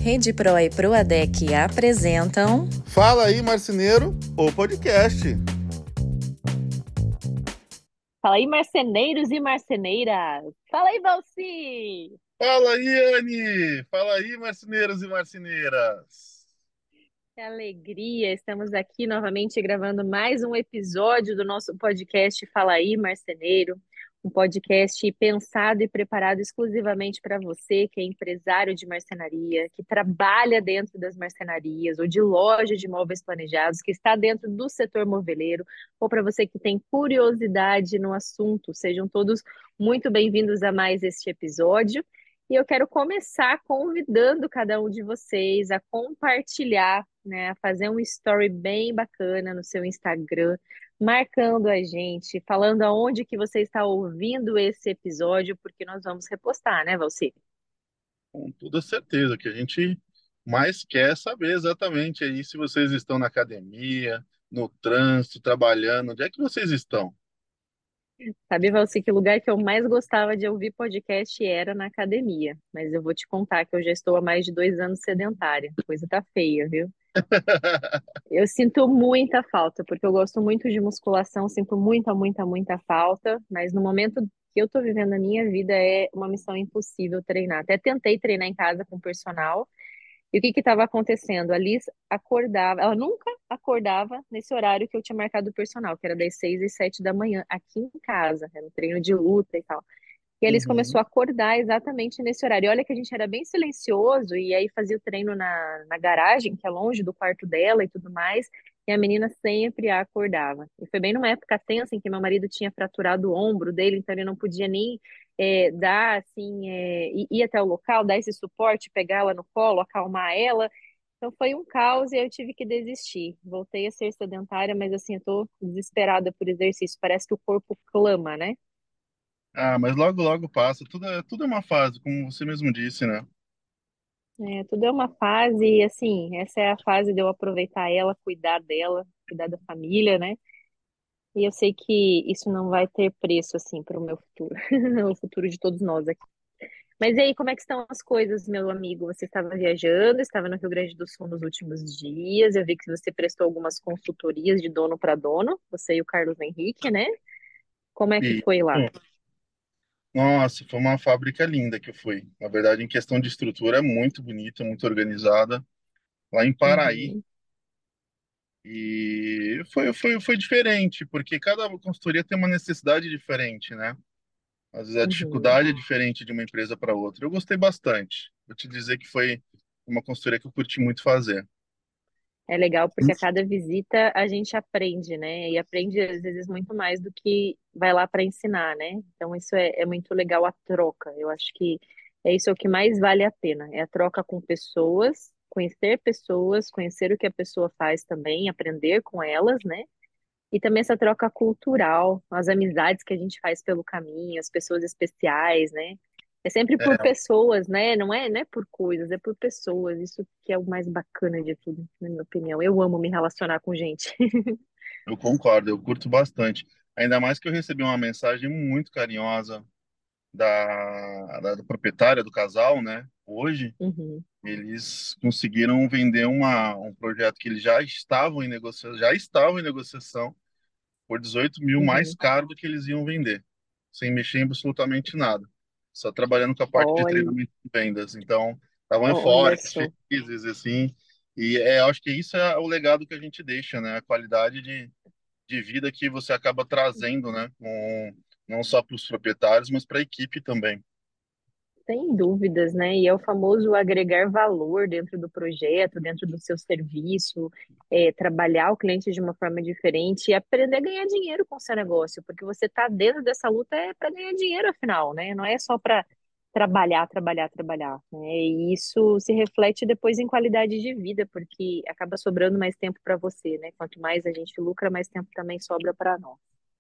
Rede Pro e Proadec apresentam Fala aí, marceneiro, o podcast. Fala aí, marceneiros e marceneiras! Fala aí, Valci! Fala aí, Anne! Fala aí, marceneiros e marceneiras. Que alegria! Estamos aqui novamente gravando mais um episódio do nosso podcast Fala aí, Marceneiro. Um podcast pensado e preparado exclusivamente para você que é empresário de marcenaria, que trabalha dentro das marcenarias ou de loja de móveis planejados, que está dentro do setor moveleiro, ou para você que tem curiosidade no assunto. Sejam todos muito bem-vindos a mais este episódio. E eu quero começar convidando cada um de vocês a compartilhar, né, a fazer um story bem bacana no seu Instagram, marcando a gente, falando aonde que você está ouvindo esse episódio, porque nós vamos repostar, né, Valci? Com toda certeza que a gente mais quer saber exatamente aí se vocês estão na academia, no trânsito, trabalhando, onde é que vocês estão? Sabe, Valci, que o lugar que eu mais gostava de ouvir podcast era na academia, mas eu vou te contar que eu já estou há mais de 2 anos sedentária, coisa tá feia, viu? Eu sinto muita falta, porque eu gosto muito de musculação, sinto muita falta, mas no momento que eu tô vivendo a minha vida é uma missão impossível treinar. Até tentei treinar em casa com personal, e o que que estava acontecendo? A Liz acordava, ela nunca acordava nesse horário que eu tinha marcado o personal, que era das 6 às 7 da manhã, aqui em casa, era um treino de luta e tal. E eles Uhum. começou a acordar exatamente nesse horário. E olha que a gente era bem silencioso, e aí fazia o treino na garagem, que é longe do quarto dela e tudo mais, e a menina sempre a acordava. E foi bem numa época tensa em que meu marido tinha fraturado o ombro dele, então ele não podia nem dar, assim, ir até o local, dar esse suporte, pegar ela no colo, acalmar ela. Então foi um caos e aí eu tive que desistir. Voltei a ser sedentária, mas assim, eu tô desesperada por exercício. Parece que o corpo clama, né? Ah, mas logo, logo passa. Tudo é uma fase, como você mesmo disse, né? É, tudo é uma fase, e assim, essa é a fase de eu aproveitar ela, cuidar dela, cuidar da família, né? E eu sei que isso não vai ter preço, assim, para o meu futuro, o futuro de todos nós aqui. Mas e aí, como é que estão as coisas, meu amigo? Você estava viajando, estava no Rio Grande do Sul nos últimos dias, eu vi que você prestou algumas consultorias de dono para dono, você e o Carlos Henrique, né? Como é que E, foi lá? nossa, foi uma fábrica linda que eu fui. Na verdade, em questão de estrutura, é muito bonita, muito organizada. Lá em Paraí. Uhum, E foi diferente, porque cada consultoria tem uma necessidade diferente, né? Às vezes a uhum. dificuldade é diferente de uma empresa para outra. Eu gostei bastante. Vou te dizer que foi uma consultoria que eu curti muito fazer. É legal porque a cada visita a gente aprende, né? E aprende às vezes muito mais do que vai lá para ensinar, né? Então isso é muito legal a troca. Eu acho que é isso o que mais vale a pena, é a troca com pessoas, conhecer o que a pessoa faz também, aprender com elas, né? E também essa troca cultural, as amizades que a gente faz pelo caminho, as pessoas especiais, né? É sempre por É, pessoas, né? Não é por coisas, é por pessoas. Isso que é o mais bacana de tudo, na minha opinião. Eu amo me relacionar com gente. eu concordo, eu curto bastante. Ainda mais que eu recebi uma mensagem muito carinhosa da proprietária do casal, né? Hoje, Uhum, eles conseguiram vender um projeto que eles já estavam em negociação por 18 mil mais uhum. caro do que eles iam vender, sem mexer em absolutamente nada, só trabalhando com a parte de Olha, treinamento e vendas. Então, estavam olha eufóricos, só. felizes, assim, e acho que isso é o legado que a gente deixa, né? A qualidade de vida que você acaba trazendo, né? Não só para os proprietários, mas para a equipe também. Sem dúvidas, né? E é o famoso agregar valor dentro do projeto, dentro do seu serviço, trabalhar o cliente de uma forma diferente e aprender a ganhar dinheiro com o seu negócio, porque você está dentro dessa luta é para ganhar dinheiro, afinal, né? Não é só para trabalhar, né? E isso se reflete depois em qualidade de vida, porque acaba sobrando mais tempo para você, né? Quanto mais a gente lucra, mais tempo também sobra para nós.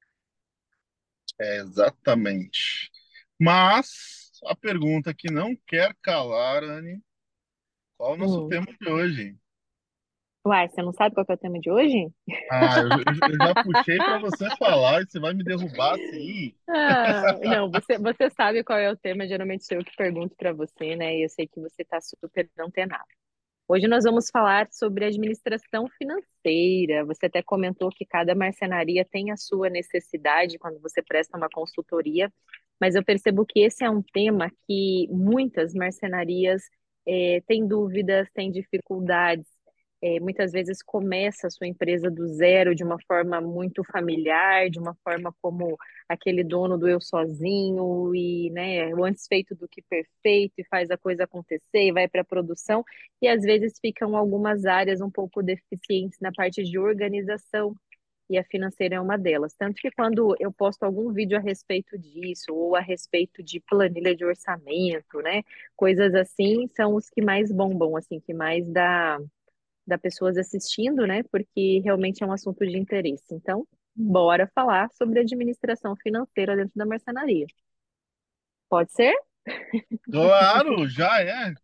É, exatamente. Mas a pergunta que não quer calar, Anne, qual o nosso Hum. tema de hoje? Uai, você não sabe qual que é o tema de hoje? Ah, eu já puxei para você falar e você vai me derrubar assim. Ah, não, você sabe qual é o tema, geralmente sou eu que pergunto para você, né? E eu sei que você tá super antenado. Hoje nós vamos falar sobre administração financeira. Você até comentou que cada marcenaria tem a sua necessidade quando você presta uma consultoria, mas eu percebo que esse é um tema que muitas marcenarias têm dúvidas, têm dificuldades. Muitas vezes começa a sua empresa do zero de uma forma muito familiar, de uma forma como aquele dono do eu sozinho e, né, o antes feito do que perfeito e faz a coisa acontecer e vai para a produção e às vezes ficam algumas áreas um pouco deficientes na parte de organização, e a financeira é uma delas. Tanto que quando eu posto algum vídeo a respeito disso, ou a respeito de planilha de orçamento, né, coisas assim, são os que mais bombam, assim, que mais dá pessoas assistindo, né, porque realmente é um assunto de interesse. Então, bora falar sobre administração financeira dentro da marcenaria. Pode ser? Claro, já é.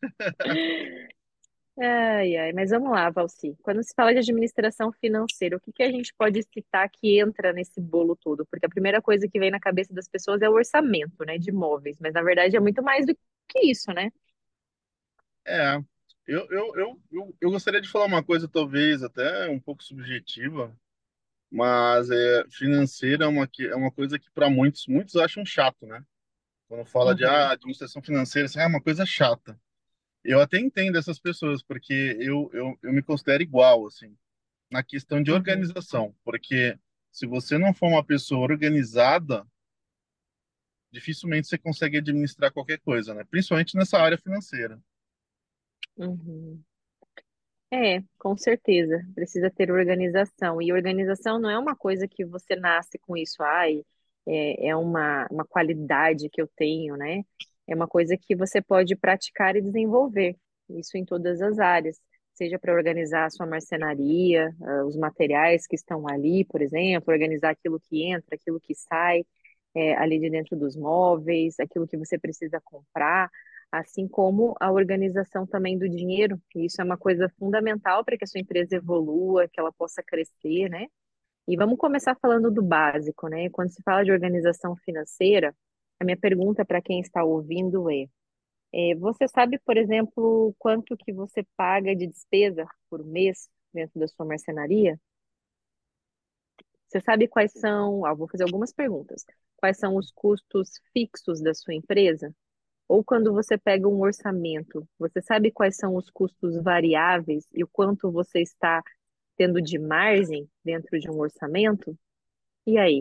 Ai, ai, mas vamos lá, Valci. Quando se fala de administração financeira, o que que a gente pode citar que entra nesse bolo todo? Porque a primeira coisa que vem na cabeça das pessoas é o orçamento, né, de imóveis, mas na verdade é muito mais do que isso, né? É, eu gostaria de falar uma coisa, talvez até um pouco subjetiva, mas financeira é uma coisa que para muitos acham chato, né? Quando fala de Uhum, administração financeira, assim, é uma coisa chata. Eu até entendo essas pessoas, porque eu me considero igual, assim, na questão de uhum, organização, porque se você não for uma pessoa organizada, dificilmente você consegue administrar qualquer coisa, né? Principalmente nessa área financeira. uhum. Com certeza. Precisa ter organização. E organização não é uma coisa que você nasce com isso. Ai, é uma qualidade que eu tenho, né? É uma coisa que você pode praticar e desenvolver. Isso em todas as áreas. Seja para organizar a sua marcenaria, os materiais que estão ali, por exemplo, organizar aquilo que entra, aquilo que sai, ali de dentro dos móveis, aquilo que você precisa comprar assim como a organização também do dinheiro. E isso é uma coisa fundamental para que a sua empresa evolua, que ela possa crescer, né? E vamos começar falando do básico, né? Quando se fala de organização financeira, a minha pergunta para quem está ouvindo você sabe, por exemplo, quanto que você paga de despesa por mês dentro da sua marcenaria? Você sabe quais são, vou fazer algumas perguntas. Quais são os custos fixos da sua empresa? Ou quando você pega um orçamento, você sabe quais são os custos variáveis e o quanto você está tendo de margem dentro de um orçamento? E aí,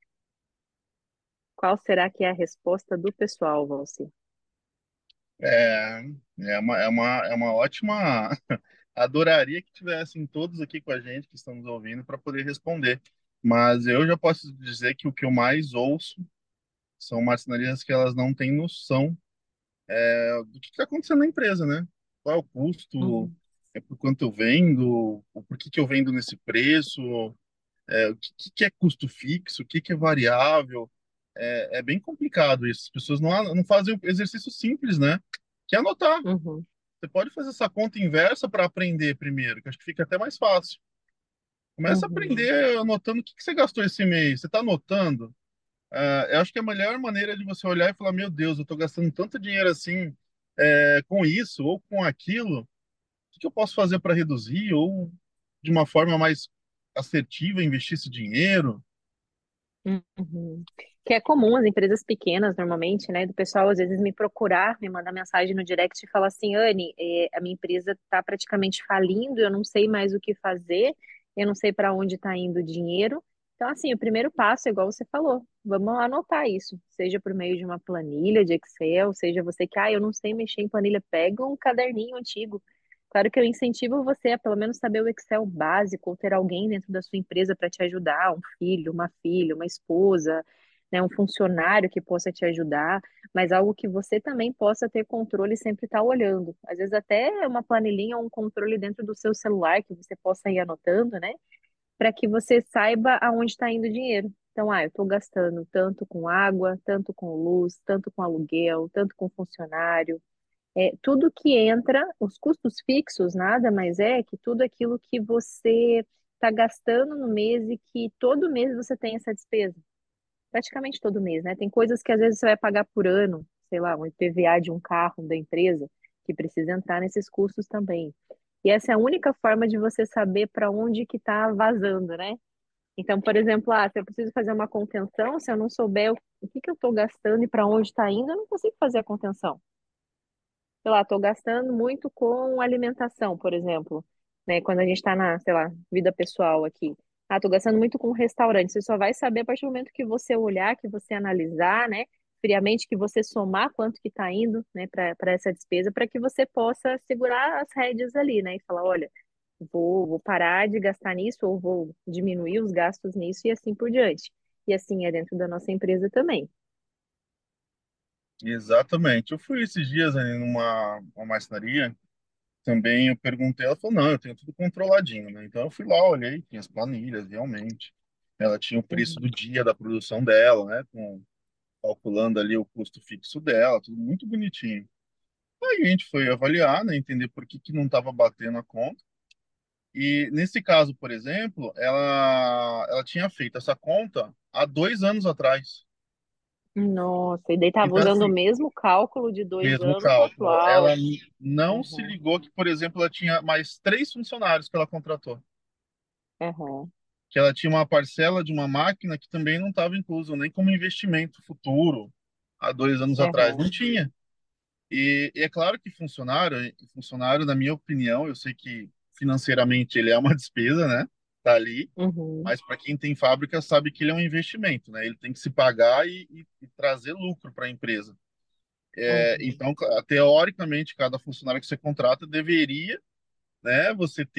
qual será que é a resposta do pessoal, Valci? É, é uma ótima. Adoraria que tivessem todos aqui com a gente que estamos ouvindo para poder responder. Mas eu já posso dizer que o que eu mais ouço são marcenarias que elas não têm noção do que está acontecendo na empresa, né? Qual é o custo, Uhum, por quanto eu vendo, por que eu vendo nesse preço, o que é custo fixo, o que é variável. É bem complicado isso. As pessoas não fazem o exercício simples, né? Que é anotar. uhum, Você pode fazer essa conta inversa para aprender primeiro, que eu acho que fica até mais fácil. Começa a uhum, aprender anotando o que você gastou esse mês. Você está anotando? Eu acho que a melhor maneira de você olhar e falar: Meu Deus, eu estou gastando tanto dinheiro assim com isso ou com aquilo. O que eu posso fazer para reduzir? Ou de uma forma mais assertiva investir esse dinheiro? uhum. Que é comum as empresas pequenas, normalmente, né, do pessoal às vezes me procurar, me mandar mensagem no direct e falar assim, Anne, a minha empresa está praticamente falindo, eu não sei mais o que fazer, eu não sei para onde está indo o dinheiro. Então, assim, o primeiro passo, é igual você falou, vamos anotar isso, seja por meio de uma planilha de Excel, seja você que, eu não sei mexer em planilha, pega um caderninho antigo. Claro que eu incentivo você a pelo menos saber o Excel básico, ou ter alguém dentro da sua empresa para te ajudar, um filho, uma filha, uma esposa, né, um funcionário que possa te ajudar, mas algo que você também possa ter controle e sempre estar olhando. Às vezes até uma planilhinha ou um controle dentro do seu celular que você possa ir anotando, né, para que você saiba aonde está indo o dinheiro. Então, eu estou gastando tanto com água, tanto com luz, tanto com aluguel, tanto com funcionário. Tudo que entra, os custos fixos, nada mais é que tudo aquilo que você está gastando no mês e que todo mês você tem essa despesa. Praticamente todo mês, né? Tem coisas que às vezes você vai pagar por ano, sei lá, um IPVA de um carro da empresa. que precisa entrar nesses custos também. E essa é a única forma de você saber para onde que está vazando, né? Então, por exemplo, se eu preciso fazer uma contenção, se eu não souber o que que eu estou gastando e para onde está indo, eu não consigo fazer a contenção. Sei lá, estou gastando muito com alimentação, por exemplo, né? Quando a gente está na, sei lá, vida pessoal aqui. Estou gastando muito com restaurante. Você só vai saber a partir do momento que você olhar, que você analisar, né? Friamente, que você somar quanto que está indo, né, para essa despesa, para que você possa segurar as rédeas ali, né? E falar, olha, vou parar de gastar nisso, ou vou diminuir os gastos nisso, e assim por diante. E assim é dentro da nossa empresa também. Exatamente. Eu fui esses dias ali numa uma marcenaria, também eu perguntei, ela falou, não, eu tenho tudo controladinho, né? Então eu fui lá, olhei, tinha as planilhas, realmente. Ela tinha o preço do Uhum. dia da produção dela, né? Calculando ali o custo fixo dela, tudo muito bonitinho. Aí a gente foi avaliar, né? Entender por que que não estava batendo a conta. E nesse caso, por exemplo, ela tinha feito essa conta há 2 anos atrás. Nossa, e daí tava Então, usando o assim, mesmo cálculo de dois mesmo anos no cálculo. Ela atual. não se Uhum, ligou que, por exemplo, ela tinha mais 3 funcionários que ela contratou. uhum, Que ela tinha uma parcela de uma máquina que também não estava incluso, nem como investimento futuro, há 2 anos atrás. Não uhum, tinha. E é claro que funcionário, na minha opinião, eu sei que financeiramente ele é uma despesa, né? Tá ali, uhum, mas para quem tem fábrica sabe que ele é um investimento, né? Ele tem que se pagar e trazer lucro para a empresa. uhum, Então, teoricamente, cada funcionário que você contrata deveria, né,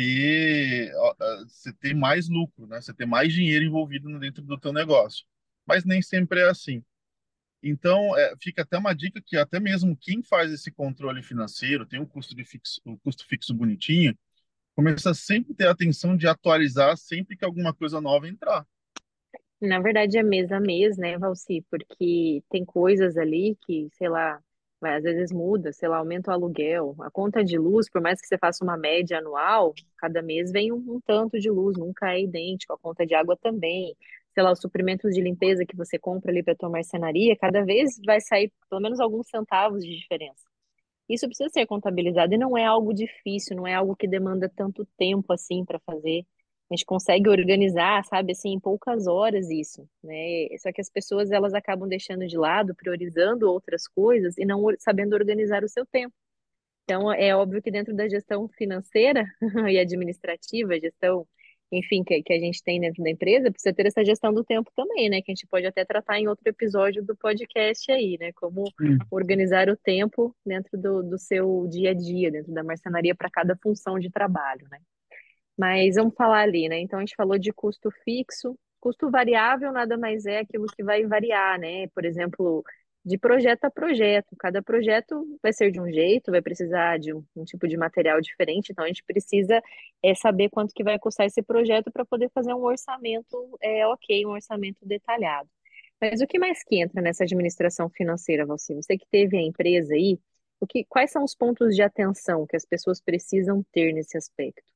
você ter mais lucro, né? Você ter mais dinheiro envolvido dentro do teu negócio. Mas nem sempre é assim. Então, fica até uma dica que até mesmo quem faz esse controle financeiro, tem um custo fixo bonitinho, começa a sempre ter a atenção de atualizar sempre que alguma coisa nova entrar. Na verdade, é mês a mês, né, Valci? Porque tem coisas ali que, sei lá, às vezes muda, sei lá, aumenta o aluguel. A conta de luz, por mais que você faça uma média anual, cada mês vem um tanto de luz, nunca é idêntico. A conta de água também. Sei lá, os suprimentos de limpeza que você compra ali para tua marcenaria, cada vez vai sair pelo menos alguns centavos de diferença. Isso precisa ser contabilizado e não é algo difícil, não é algo que demanda tanto tempo assim para fazer. A gente consegue organizar, sabe, assim, em poucas horas isso, né? Só que as pessoas elas acabam deixando de lado, priorizando outras coisas e não sabendo organizar o seu tempo. Então, é óbvio que dentro da gestão financeira e administrativa, gestão, enfim, que a gente tem dentro da empresa, precisa ter essa gestão do tempo também, né? Que a gente pode até tratar em outro episódio do podcast aí, né? Como Sim. organizar o tempo dentro do seu dia a dia, dentro da marcenaria para cada função de trabalho, né? Mas vamos falar ali, né? Então, a gente falou de custo fixo. Custo variável nada mais é aquilo que vai variar, né? Por exemplo, de projeto a projeto. Cada projeto vai ser de um jeito, vai precisar de um tipo de material diferente. Então, a gente precisa saber quanto que vai custar esse projeto para poder fazer um orçamento ok, um orçamento detalhado. Mas o que mais que entra nessa administração financeira, Valci? Você que teve a empresa aí, quais são os pontos de atenção que as pessoas precisam ter nesse aspecto?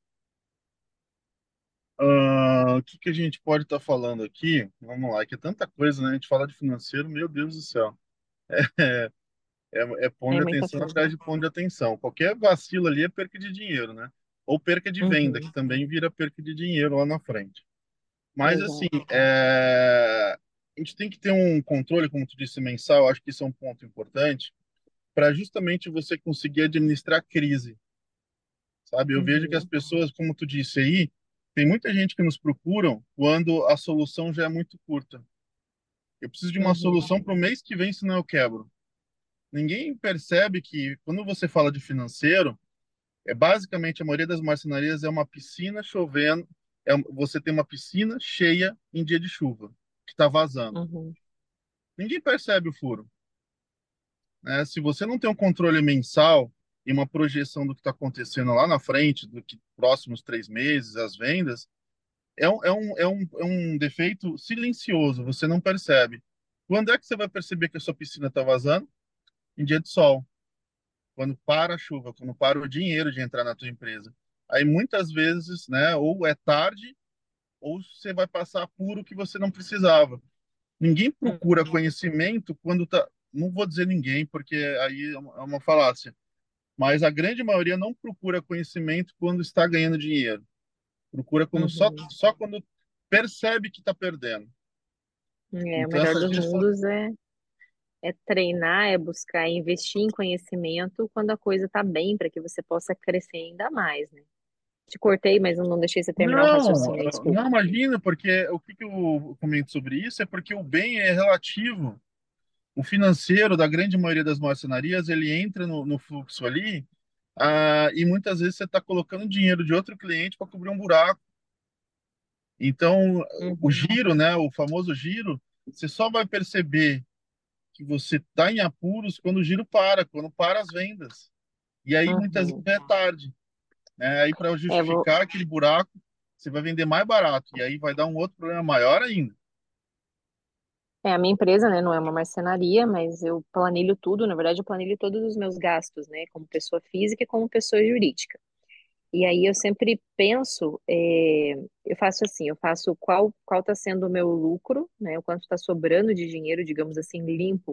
O que que a gente pode estar falando aqui? Vamos lá, que é tanta coisa, né? A gente fala de financeiro, meu Deus do céu. É pão É de muita atenção coisa. atrás de pão de atenção. Qualquer vacilo ali é perca de dinheiro, né? Ou perca de venda, que Uhum, também vira perca de dinheiro lá na frente. Mas, assim, exato. a gente tem que ter um controle, como tu disse, mensal. Acho que isso é um ponto importante para justamente você conseguir administrar a crise, sabe? Eu vejo que as Uhum, pessoas, como tu disse aí, tem muita gente que nos procuram quando a solução já é muito curta. Eu preciso de uma uhum, solução para o mês que vem, senão eu quebro. Ninguém percebe que quando você fala de financeiro, basicamente a maioria das marcenarias é uma piscina chovendo, você tem uma piscina cheia em dia de chuva, que está vazando. uhum, Ninguém percebe o furo, né? Se você não tem um controle mensal e uma projeção do que está acontecendo lá na frente, do que próximos 3 meses, as vendas, é um defeito silencioso, você não percebe. Quando é que você vai perceber que a sua piscina está vazando? Em dia de sol, quando para a chuva, quando para o dinheiro de entrar na tua empresa. Aí muitas vezes, né, ou é tarde, ou você vai passar apuro que você não precisava. Ninguém procura uhum, conhecimento quando tá. Não vou dizer ninguém, porque aí é uma falácia. mas a grande maioria não procura conhecimento quando está ganhando dinheiro. Procura quando Uhum. só quando percebe que está perdendo. É, o Então, melhor essa dos gestão. mundos é treinar, é buscar investir em conhecimento quando a coisa está bem, para que você possa crescer ainda mais, né? Te cortei, mas eu não deixei você terminar o Não, raciocínio, desculpa. não imagina, porque o que que eu comento sobre isso é porque o bem é relativo. O financeiro da grande maioria das marcenarias, ele entra no fluxo ali, e muitas vezes você está colocando dinheiro de outro cliente para cobrir um buraco. Então, o Uhum, giro, né, o famoso giro, você só vai perceber que você está em apuros quando o giro para, quando para as vendas. E aí muitas vezes uhum. é tarde, né? Aí para É, vou, justificar aquele buraco, você vai vender mais barato e aí vai dar um outro problema maior ainda. a minha empresa, né, não é uma marcenaria, mas eu planilho tudo, na verdade eu planilho todos os meus gastos, né, como pessoa física e como pessoa jurídica. E aí eu sempre penso, eu faço assim, eu faço qual está sendo o meu lucro, né, o quanto está sobrando de dinheiro, digamos assim, limpo,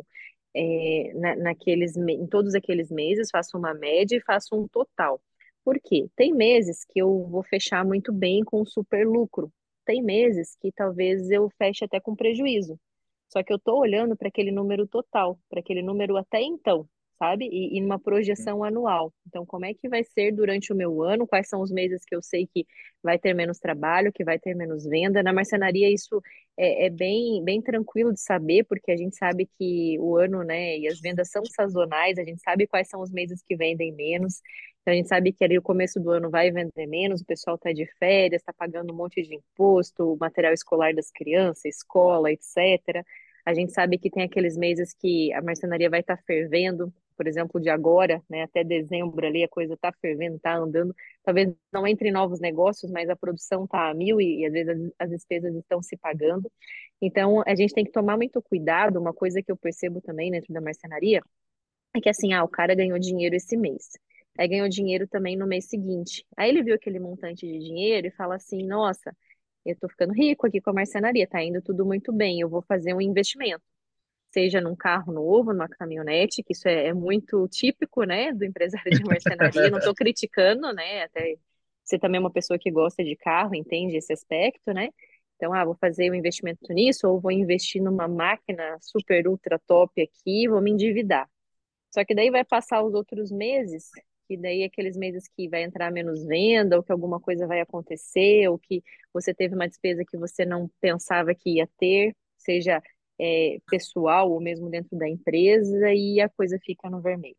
em todos aqueles meses, faço uma média e faço um total. Por quê? Tem meses que eu vou fechar muito bem com super lucro. Tem meses que talvez eu feche até com prejuízo. Só que eu estou olhando para aquele número total, para aquele número até então, sabe? E numa projeção anual. Então, como é que vai ser durante o meu ano? Quais são os meses que eu sei que vai ter menos trabalho, que vai ter menos venda? Na marcenaria, isso é bem tranquilo de saber, porque a gente sabe que o ano, né, e as vendas são sazonais, a gente sabe quais são os meses que vendem menos. Então, a gente sabe que ali o começo do ano vai vender menos, o pessoal está de férias, está pagando um monte de imposto, material escolar das crianças, escola, etc. A gente sabe que tem aqueles meses que a marcenaria vai estar fervendo, por exemplo, de agora, né, até dezembro ali a coisa está fervendo, está andando. Talvez não entre novos negócios, mas a produção está a mil e às vezes as despesas estão se pagando. Então a gente tem que tomar muito cuidado. Uma coisa que eu percebo também dentro da marcenaria é que assim, o cara ganhou dinheiro esse mês. Aí ganhou dinheiro também no mês seguinte. Aí ele viu aquele montante de dinheiro e fala assim: nossa, eu tô ficando rico aqui com a marcenaria, tá indo tudo muito bem, eu vou fazer um investimento seja num carro novo, numa caminhonete, que isso é muito típico, né, do empresário de marcenaria. Não estou criticando, né, até você também é uma pessoa que gosta de carro, entende esse aspecto, né? Então, vou fazer um investimento nisso, ou vou investir numa máquina super ultra top aqui, vou me endividar. Só que daí vai passar os outros meses, que daí é aqueles meses que vai entrar menos venda, ou que alguma coisa vai acontecer, ou que você teve uma despesa que você não pensava que ia ter, seja pessoal ou mesmo dentro da empresa, e a coisa fica no vermelho.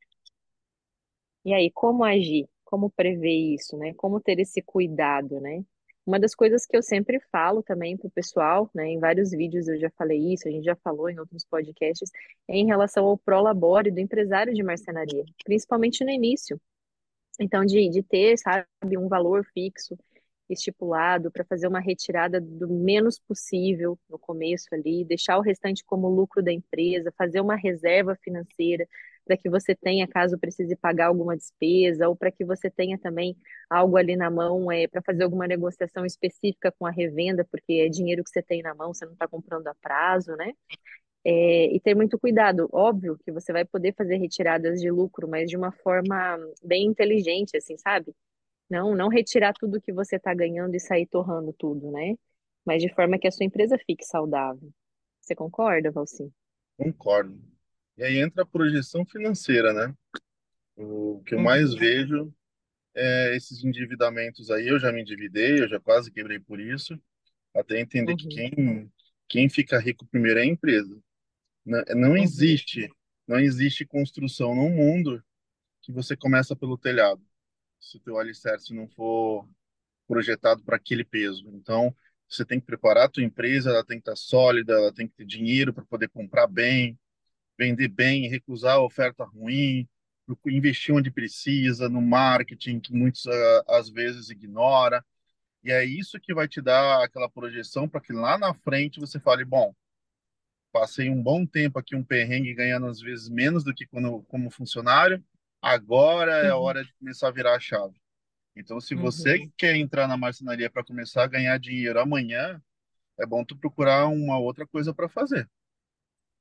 E aí, como agir? Como prever isso, né? Como ter esse cuidado, né? Uma das coisas que eu sempre falo também para o pessoal, né? Em vários vídeos eu já falei isso, a gente já falou em outros podcasts, é em relação ao prolabore do empresário de marcenaria, principalmente no início. Então, de ter, sabe, um valor fixo estipulado para fazer uma retirada do menos possível no começo ali, deixar o restante como lucro da empresa, fazer uma reserva financeira para que você tenha, caso precise pagar alguma despesa, ou para que você tenha também algo ali na mão para fazer alguma negociação específica com a revenda, porque é dinheiro que você tem na mão, você não está comprando a prazo, né? E ter muito cuidado. Óbvio que você vai poder fazer retiradas de lucro, mas de uma forma bem inteligente, assim, sabe? Não retirar tudo que você está ganhando e sair torrando tudo, né? Mas de forma que a sua empresa fique saudável. Você concorda, Valci? Concordo. E aí entra a projeção financeira, né? O que eu mais Uhum, vejo é esses endividamentos aí. Eu já me endividei, eu já quase quebrei por isso, até entender que uhum, quem fica rico primeiro é a empresa. Não uhum, existe, não existe construção no mundo que você começa pelo telhado, se o teu alicerce não for projetado para aquele peso. Então, você tem que preparar a tua empresa, ela tem que estar sólida, ela tem que ter dinheiro para poder comprar bem, vender bem, recusar a oferta ruim, investir onde precisa, no marketing, que muitos às vezes ignora. E é isso que vai te dar aquela projeção para que lá na frente você fale, bom, passei um bom tempo aqui, um perrengue, ganhando às vezes menos do que quando como funcionário, agora é a uhum, hora de começar a virar a chave. Então, se você uhum. quer entrar na marcenaria para começar a ganhar dinheiro amanhã, é bom tu procurar uma outra coisa para fazer.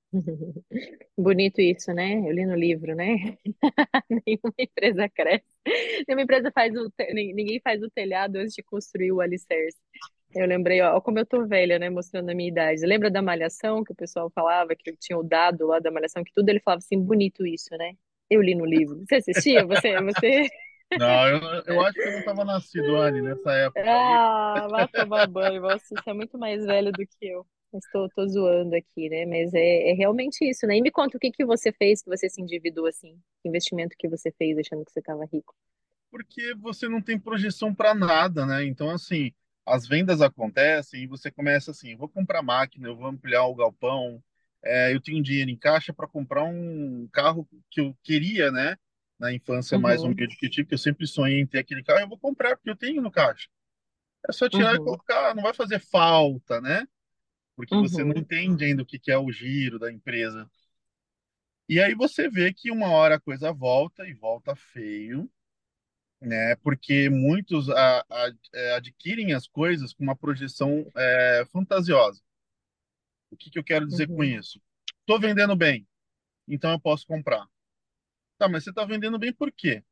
Bonito isso, né? Eu li no livro, né? Nenhuma empresa cresce. Nenhuma empresa faz ninguém faz o telhado antes de construir o alicerce. Eu lembrei, ó, como eu tô velha, né? Mostrando a minha idade. Lembra da Malhação, que o pessoal falava que tinha o dado lá da Malhação, que tudo ele falava assim, bonito isso, né? Eu li no livro. Você assistia? Você... Não, eu acho que eu não estava nascido, Anne, nessa época aí. Ah, vá tomar banho. Nossa, você é muito mais velho do que eu. Mas tô zoando aqui, né? Mas é realmente isso, né? E me conta o que que você fez, que você se endividou assim? Que investimento que você fez achando que você estava rico? Porque você não tem projeção para nada, né? Então, assim, as vendas acontecem e você começa assim: vou comprar máquina, eu vou ampliar o galpão, eu tenho dinheiro em caixa para comprar um carro que eu queria, né? Na infância mais Uhum, humilde que eu tive, que eu sempre sonhei em ter aquele carro, eu vou comprar porque eu tenho no caixa. É só tirar e uhum, colocar, não vai fazer falta, né? Porque você não uhum, entende ainda o que que é o giro da empresa. E aí você vê que uma hora a coisa volta e volta feio, né? Porque muitos adquirem as coisas com uma projeção fantasiosa. O que que eu quero dizer com uhum, isso? Estou vendendo bem, então eu posso comprar. Tá, mas você está vendendo bem por quê?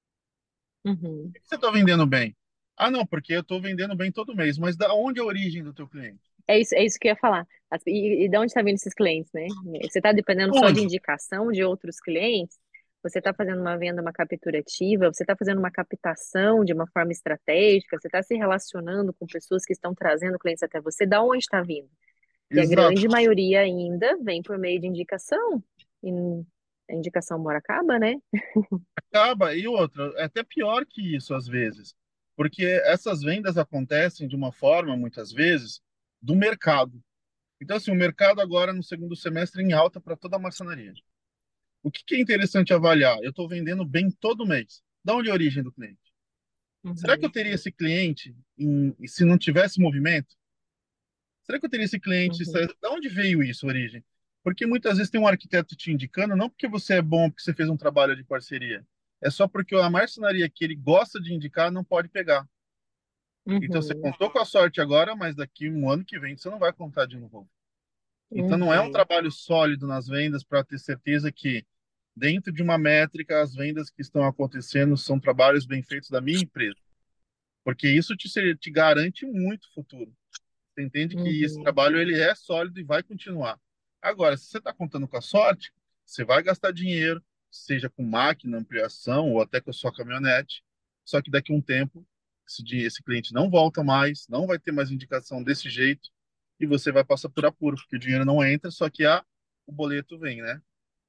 uhum. Por que você está vendendo bem? Ah, não, porque eu estou vendendo bem todo mês. Mas da onde é a origem do teu cliente? É isso que eu ia falar. E de onde está vindo esses clientes, né? Você está dependendo só de Onde? indicação de outros clientes? Você está fazendo uma venda, uma capturativa? Você está fazendo uma captação de uma forma estratégica? Você está se relacionando com pessoas que estão trazendo clientes até você? Da onde está vindo? E a Exato. grande maioria ainda vem por meio de indicação. E a indicação mora acaba, né? Acaba. E outra, é até pior que isso às vezes. Porque essas vendas acontecem de uma forma, muitas vezes, do mercado. Então, assim, o mercado agora no segundo semestre em alta para toda a marcenaria. O que que é interessante avaliar? Eu estou vendendo bem todo mês. Da onde é a origem do cliente? Será que eu Uhum, teria esse cliente se não tivesse movimento? Será que eu teria esse cliente? uhum, Da onde veio isso, a origem? Porque muitas vezes tem um arquiteto te indicando, não porque você é bom, porque você fez um trabalho de parceria. É só porque a marcenaria que ele gosta de indicar não pode pegar. Então você uhum, contou com a sorte agora, mas daqui um ano que vem você não vai contar de novo. Então não é um uhum, trabalho sólido nas vendas para ter certeza que dentro de uma métrica as vendas que estão acontecendo são trabalhos bem feitos da minha empresa, porque isso te garante muito futuro. Você entende que esse uhum, trabalho ele é sólido e vai continuar. Agora, se você está contando com a sorte, você vai gastar dinheiro, seja com máquina, ampliação ou até com a sua caminhonete. Só que daqui a um tempo, esse cliente não volta mais, não vai ter mais indicação desse jeito e você vai passar por apuro, porque o dinheiro não entra, só que o boleto vem, né?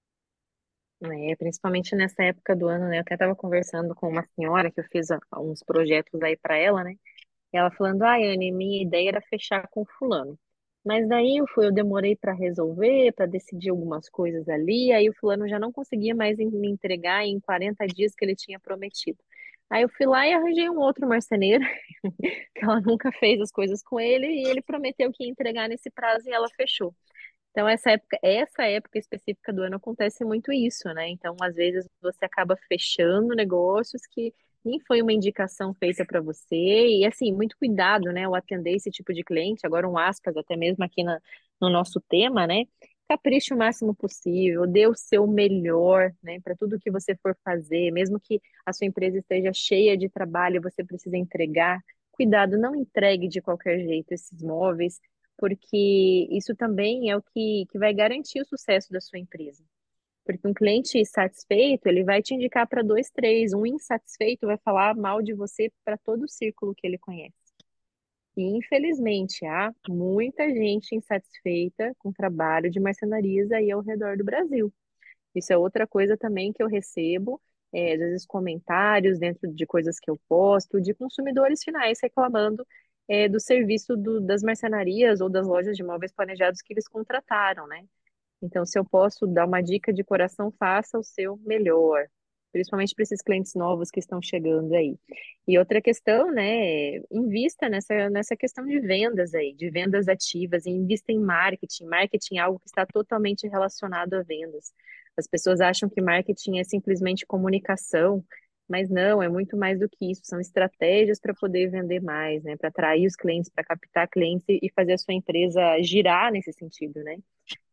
Principalmente nessa época do ano, né? Eu até estava conversando com uma senhora que eu fiz uns projetos aí para ela, né? E ela falando, ai, Anne, minha ideia era fechar com fulano. Mas daí eu demorei para resolver, para decidir algumas coisas ali, aí o fulano já não conseguia mais me entregar em 40 dias que ele tinha prometido. Aí eu fui lá e arranjei um outro marceneiro, que ela nunca fez as coisas com ele, e ele prometeu que ia entregar nesse prazo e ela fechou. Então, essa época específica do ano acontece muito isso, né? Então, às vezes você acaba fechando negócios que nem foi uma indicação feita para você, e assim, muito cuidado, né, ao atender esse tipo de cliente, agora um aspas, até mesmo aqui no nosso tema, né? Capriche o máximo possível, dê o seu melhor, né, para tudo que você for fazer, mesmo que a sua empresa esteja cheia de trabalho, e você precisa entregar. Cuidado, não entregue de qualquer jeito esses móveis, porque isso também é o que vai garantir o sucesso da sua empresa. Porque um cliente satisfeito, ele vai te indicar para dois, três. Um insatisfeito vai falar mal de você para todo o círculo que ele conhece. E, infelizmente, há muita gente insatisfeita com o trabalho de marcenarias aí ao redor do Brasil. Isso é outra coisa também que eu recebo, às vezes comentários dentro de coisas que eu posto, de consumidores finais reclamando, do serviço das marcenarias ou das lojas de móveis planejados que eles contrataram, né? Então, se eu posso dar uma dica de coração, faça o seu melhor, principalmente para esses clientes novos que estão chegando aí. E outra questão, né, invista nessa questão de vendas aí, de vendas ativas, e invista em marketing. Marketing é algo que está totalmente relacionado a vendas. As pessoas acham que marketing é simplesmente comunicação, mas não, é muito mais do que isso. São estratégias para poder vender mais, né, para atrair os clientes, para captar clientes e fazer a sua empresa girar nesse sentido, né?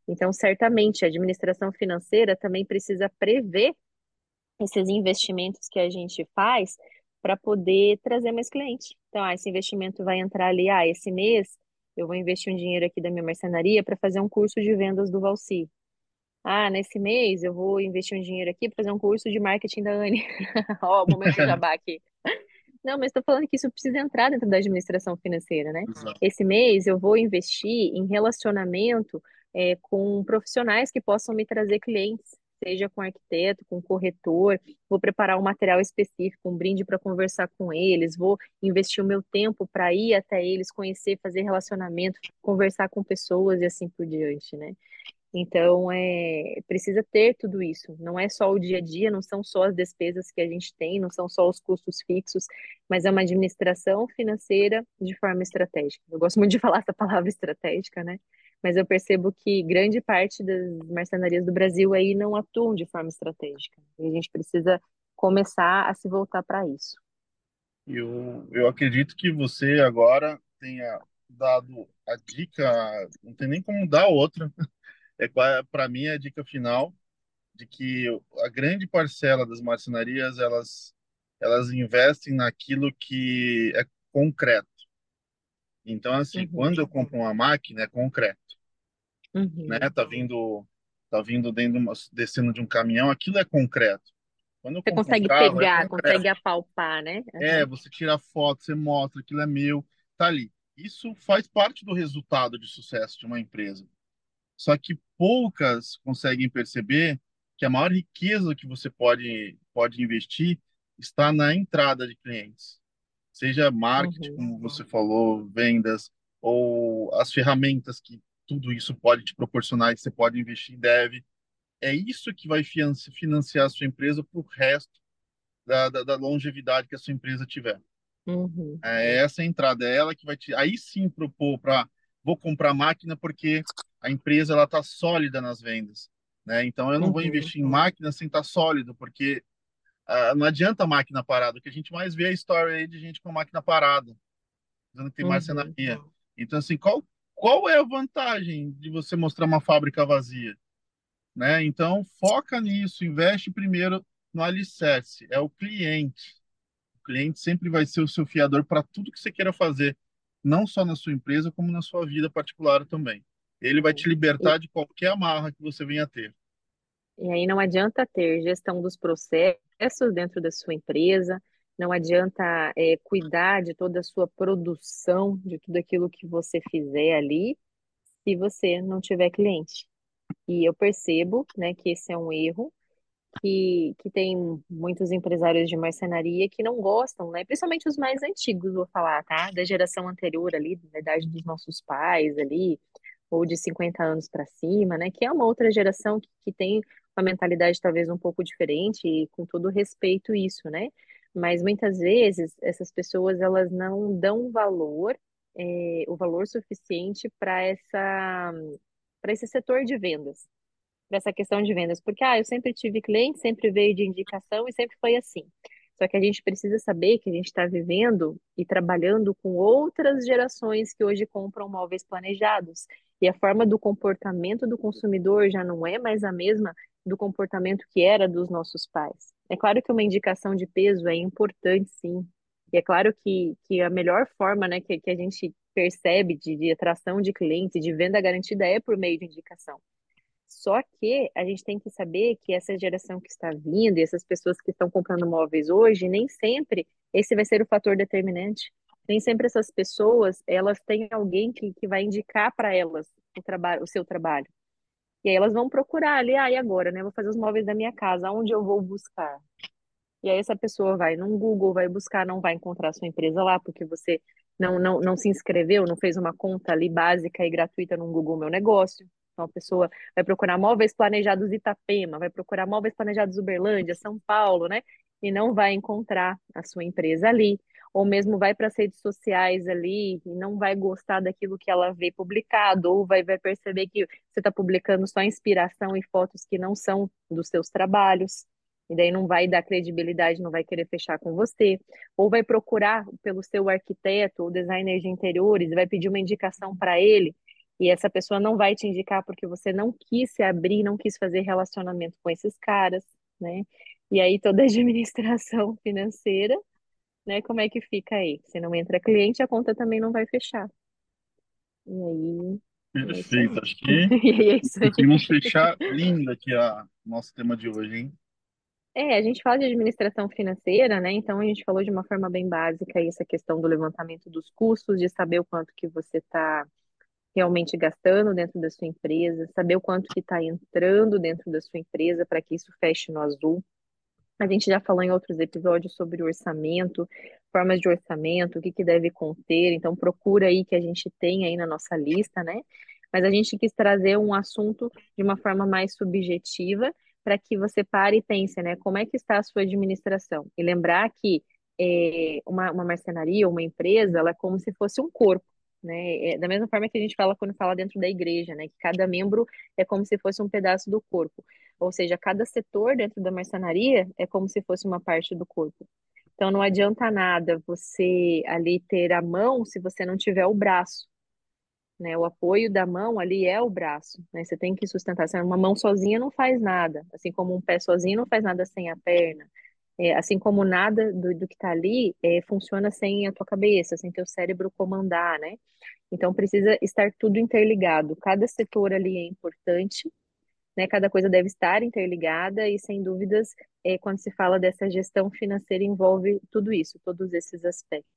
Então, certamente, a administração financeira também precisa prever esses investimentos que a gente faz para poder trazer mais cliente. Então, esse investimento vai entrar ali, esse mês eu vou investir um dinheiro aqui da minha marcenaria para fazer um curso de vendas do Valci. Nesse mês eu vou investir um dinheiro aqui para fazer um curso de marketing da Anne. Ó, o momento jabá aqui. Não, mas estou falando que isso precisa entrar dentro da administração financeira, né? Exato. Esse mês eu vou investir em relacionamento com profissionais que possam me trazer clientes, seja com arquiteto, com corretor. Vou preparar um material específico, um brinde para conversar com eles. Vou investir o meu tempo para ir até eles, conhecer, fazer relacionamento, conversar com pessoas e assim por diante, né? Então, precisa ter tudo isso. Não é só o dia a dia, não são só as despesas que a gente tem, não são só os custos fixos, mas é uma administração financeira de forma estratégica. Eu gosto muito de falar essa palavra estratégica, né? Mas eu percebo que grande parte das marcenarias do Brasil aí não atuam de forma estratégica. E a gente precisa começar a se voltar para isso. Eu acredito que você agora tenha dado a dica, não tem nem como dar outra, para mim é a dica final de que a grande parcela das marcenarias elas investem naquilo que é concreto. Então, assim, Uhum, quando eu compro uma máquina, é concreto, né? uhum. Tá vindo descendo de um caminhão, aquilo é concreto. Quando eu Você compro um consegue carro, é pegar, concreto. consegue apalpar, né? Uhum, Você tira foto, você mostra, aquilo é meu, tá ali. Isso faz parte do resultado de sucesso de uma empresa. Só que poucas conseguem perceber que a maior riqueza que você pode investir está na entrada de clientes. Seja marketing, uhum, como você falou, vendas, ou as ferramentas que tudo isso pode te proporcionar e que você pode investir e deve. É isso que vai financiar a sua empresa para o resto da longevidade que a sua empresa tiver. uhum, É essa a entrada, é ela que vai te aí sim propor para vou comprar máquina porque a empresa ela está sólida nas vendas, né? Então eu não vou uhum, investir em máquina sem estar sólido, porque não adianta a máquina parada. O que a gente mais vê é a história aí de gente com a máquina parada, dizendo que tem uhum. marcenaria. Então assim, qual é a vantagem de você mostrar uma fábrica vazia, né? Então foca nisso, investe primeiro no alicerce, é o cliente. O cliente sempre vai ser o seu fiador para tudo que você queira fazer, não só na sua empresa, como na sua vida particular também. Ele vai te E, libertar de qualquer amarra que você venha a ter. e aí não adianta ter gestão dos processos dentro da sua empresa, não adianta cuidar de toda a sua produção, de tudo aquilo que você fizer ali, se você não tiver cliente. E eu percebo, né, que esse é um erro, que tem muitos empresários de marcenaria que não gostam, né? Principalmente os mais antigos, vou falar, tá? Da geração anterior ali, da idade dos nossos pais ali, ou de 50 anos para cima, né? Que é uma outra geração que tem uma mentalidade talvez um pouco diferente e com todo respeito isso, né? Mas muitas vezes essas pessoas elas não dão valor, o valor suficiente para esse setor de vendas, para essa questão de vendas, porque eu sempre tive cliente, sempre veio de indicação e sempre foi assim. Só que a gente precisa saber que a gente está vivendo e trabalhando com outras gerações que hoje compram móveis planejados. E a forma do comportamento do consumidor já não é mais a mesma do comportamento que era dos nossos pais. É claro que uma indicação de peso é importante, sim. E é claro que a melhor forma, né, que a gente percebe de atração de clientes, de venda garantida, é por meio de indicação. Só que a gente tem que saber que essa geração que está vindo e essas pessoas que estão comprando móveis hoje, nem sempre esse vai ser o fator determinante. Nem sempre essas pessoas, elas têm alguém que vai indicar para elas o seu trabalho. E aí elas vão procurar ali, e agora, né? Vou fazer os móveis da minha casa, onde eu vou buscar? E aí essa pessoa vai no Google, vai buscar, não vai encontrar a sua empresa lá, porque você não se inscreveu, não fez uma conta ali básica e gratuita no Google Meu Negócio. Então a pessoa vai procurar móveis planejados Itapema, vai procurar móveis planejados Uberlândia, São Paulo, né? E não vai encontrar a sua empresa ali. Ou mesmo vai para as redes sociais ali e não vai gostar daquilo que ela vê publicado, ou vai perceber que você está publicando só inspiração e fotos que não são dos seus trabalhos. E daí não vai dar credibilidade, não vai querer fechar com você. Ou vai procurar pelo seu arquiteto ou designer de interiores e vai pedir uma indicação para ele. E essa pessoa não vai te indicar porque você não quis se abrir, não quis fazer relacionamento com esses caras, né? E aí toda a administração financeira, né? Como é que fica aí? Se não entra cliente, a conta também não vai fechar. E aí, é isso aí. Perfeito. Acho que E aí é isso aí. conseguimos fechar lindo aqui a nosso tema de hoje, hein? É, a gente fala de administração financeira, né? Então a gente falou de uma forma bem básica aí essa questão do levantamento dos custos, de saber o quanto que você está realmente gastando dentro da sua empresa, saber o quanto que está entrando dentro da sua empresa para que isso feche no azul. A gente já falou em outros episódios sobre orçamento, formas de orçamento, o que que deve conter, então procura aí que a gente tem aí na nossa lista, né? Mas a gente quis trazer um assunto de uma forma mais subjetiva para que você pare e pense, né? Como é que está a sua administração? E lembrar que uma marcenaria, uma empresa, ela é como se fosse um corpo, né? Da mesma forma que a gente fala quando fala dentro da igreja, né? Que cada membro é como se fosse um pedaço do corpo. Ou seja, cada setor dentro da marcenaria é como se fosse uma parte do corpo. Então não adianta nada você ali ter a mão se você não tiver o braço, né? O apoio da mão ali é o braço, né? Você tem que sustentar. Uma mão sozinha não faz nada, assim como um pé sozinho não faz nada sem a perna. Assim como nada do que está ali funciona sem a tua cabeça, sem teu cérebro comandar, né? Então precisa estar tudo interligado. Cada setor ali é importante, né? Cada coisa deve estar interligada e, sem dúvidas, quando se fala dessa gestão financeira, envolve tudo isso, todos esses aspectos.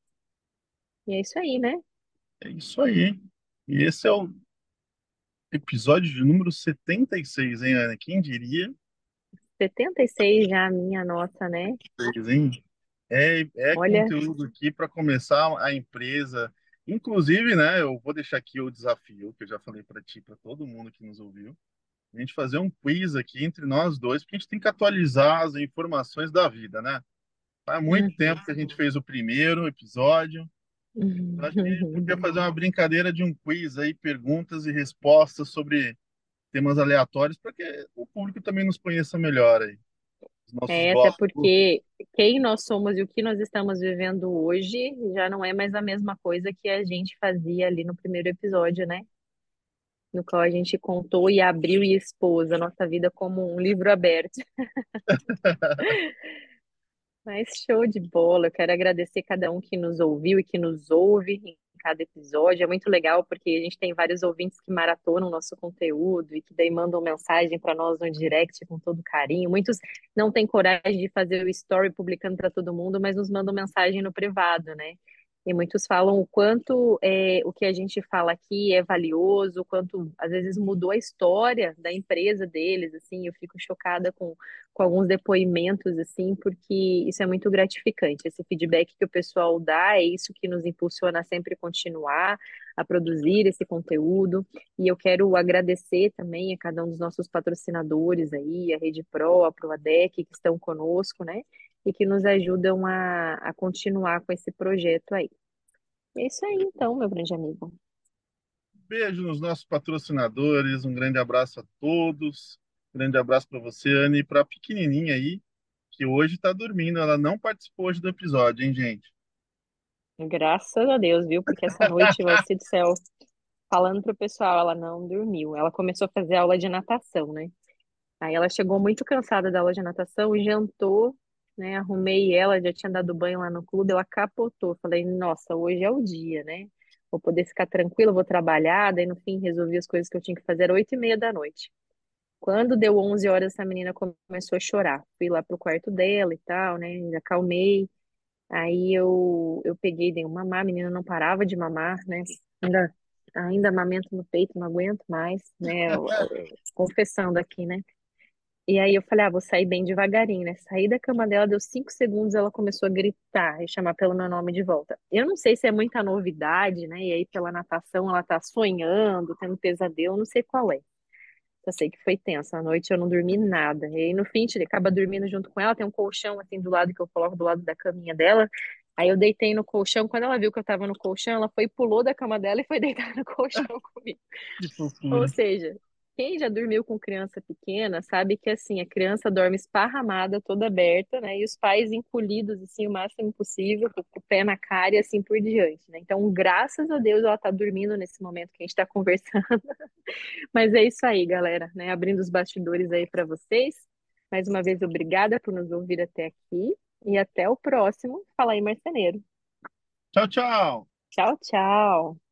E é isso aí, né? É isso aí. E esse é o episódio de número 76, hein, Ana? Quem diria? 76 já, a minha nossa, né? Hein? É Olha, conteúdo aqui para começar a empresa. Inclusive, né, eu vou deixar aqui o desafio, que eu já falei para ti, para todo mundo que nos ouviu, a gente fazer um quiz aqui entre nós dois, porque a gente tem que atualizar as informações da vida, né? Faz muito tempo que a gente uhum. fez o primeiro episódio. Eu acho que a gente podia fazer uma brincadeira de um quiz aí, perguntas e respostas sobre temas aleatórios, para que o público também nos conheça melhor aí. Os nossos Até bosses. porque quem nós somos e o que nós estamos vivendo hoje já não é mais a mesma coisa que a gente fazia ali no primeiro episódio, né? No qual a gente contou e abriu e expôs a nossa vida como um livro aberto. Mas show de bola. Eu quero agradecer cada um que nos ouviu e que nos ouve em cada episódio. É muito legal porque a gente tem vários ouvintes que maratonam o nosso conteúdo e que daí mandam mensagem para nós no direct com todo carinho. Muitos não têm coragem de fazer o story publicando para todo mundo, mas nos mandam mensagem no privado, né? E muitos falam o quanto o que a gente fala aqui é valioso, o quanto às vezes mudou a história da empresa deles, assim, eu fico chocada com alguns depoimentos, assim, porque isso é muito gratificante. Esse feedback que o pessoal dá é isso que nos impulsiona a sempre continuar a produzir esse conteúdo. E eu quero agradecer também a cada um dos nossos patrocinadores aí, a Rede Pro, a Proadec, que estão conosco, né? E que nos ajudam a continuar com esse projeto aí. É isso aí, então, meu grande amigo. Beijo nos nossos patrocinadores, um grande abraço a todos. Grande abraço para você, Anne, e para a pequenininha aí, que hoje está dormindo. Ela não participou hoje do episódio, hein, gente? Graças a Deus, viu? Porque essa noite vai ser do céu. Falando pro pessoal, ela não dormiu. Ela começou a fazer aula de natação, né? Aí ela chegou muito cansada da aula de natação, jantou, né? Arrumei ela, já tinha dado banho lá no clube, ela capotou. Falei, nossa, hoje é o dia, né? Vou poder ficar tranquila, vou trabalhar. Daí no fim resolvi as coisas que eu tinha que fazer, era 8h30 da noite. Quando deu 11 horas, essa menina começou a chorar. Fui lá pro quarto dela e tal, né? Acalmei. Aí eu peguei, dei um mamar, a menina não parava de mamar, né? Ainda amamento no peito, não aguento mais, né? Confessando aqui, né? E aí eu falei, vou sair bem devagarinho, né? Saí da cama dela, deu 5 segundos, ela começou a gritar e chamar pelo meu nome de volta. Eu não sei se é muita novidade, né? E aí pela natação ela tá sonhando, tendo pesadelo, não sei qual é. Só sei que foi tenso. À noite eu não dormi nada. E aí no fim, a gente acaba dormindo junto com ela. Tem um colchão assim do lado que eu coloco do lado da caminha dela. Aí eu deitei no colchão. Quando ela viu que eu tava no colchão, ela foi, pulou da cama dela e foi deitar no colchão comigo. Que Ou fofura. seja, Quem já dormiu com criança pequena sabe que assim, a criança dorme esparramada, toda aberta, né? E os pais encolhidos assim o máximo possível, com o pé na cara e assim por diante, né? Então, graças a Deus ela tá dormindo nesse momento que a gente tá conversando. Mas é isso aí, galera, né? Abrindo os bastidores aí para vocês. Mais uma vez, obrigada por nos ouvir até aqui e até o próximo. Fala aí, marceneiro. Tchau, tchau! Tchau, tchau.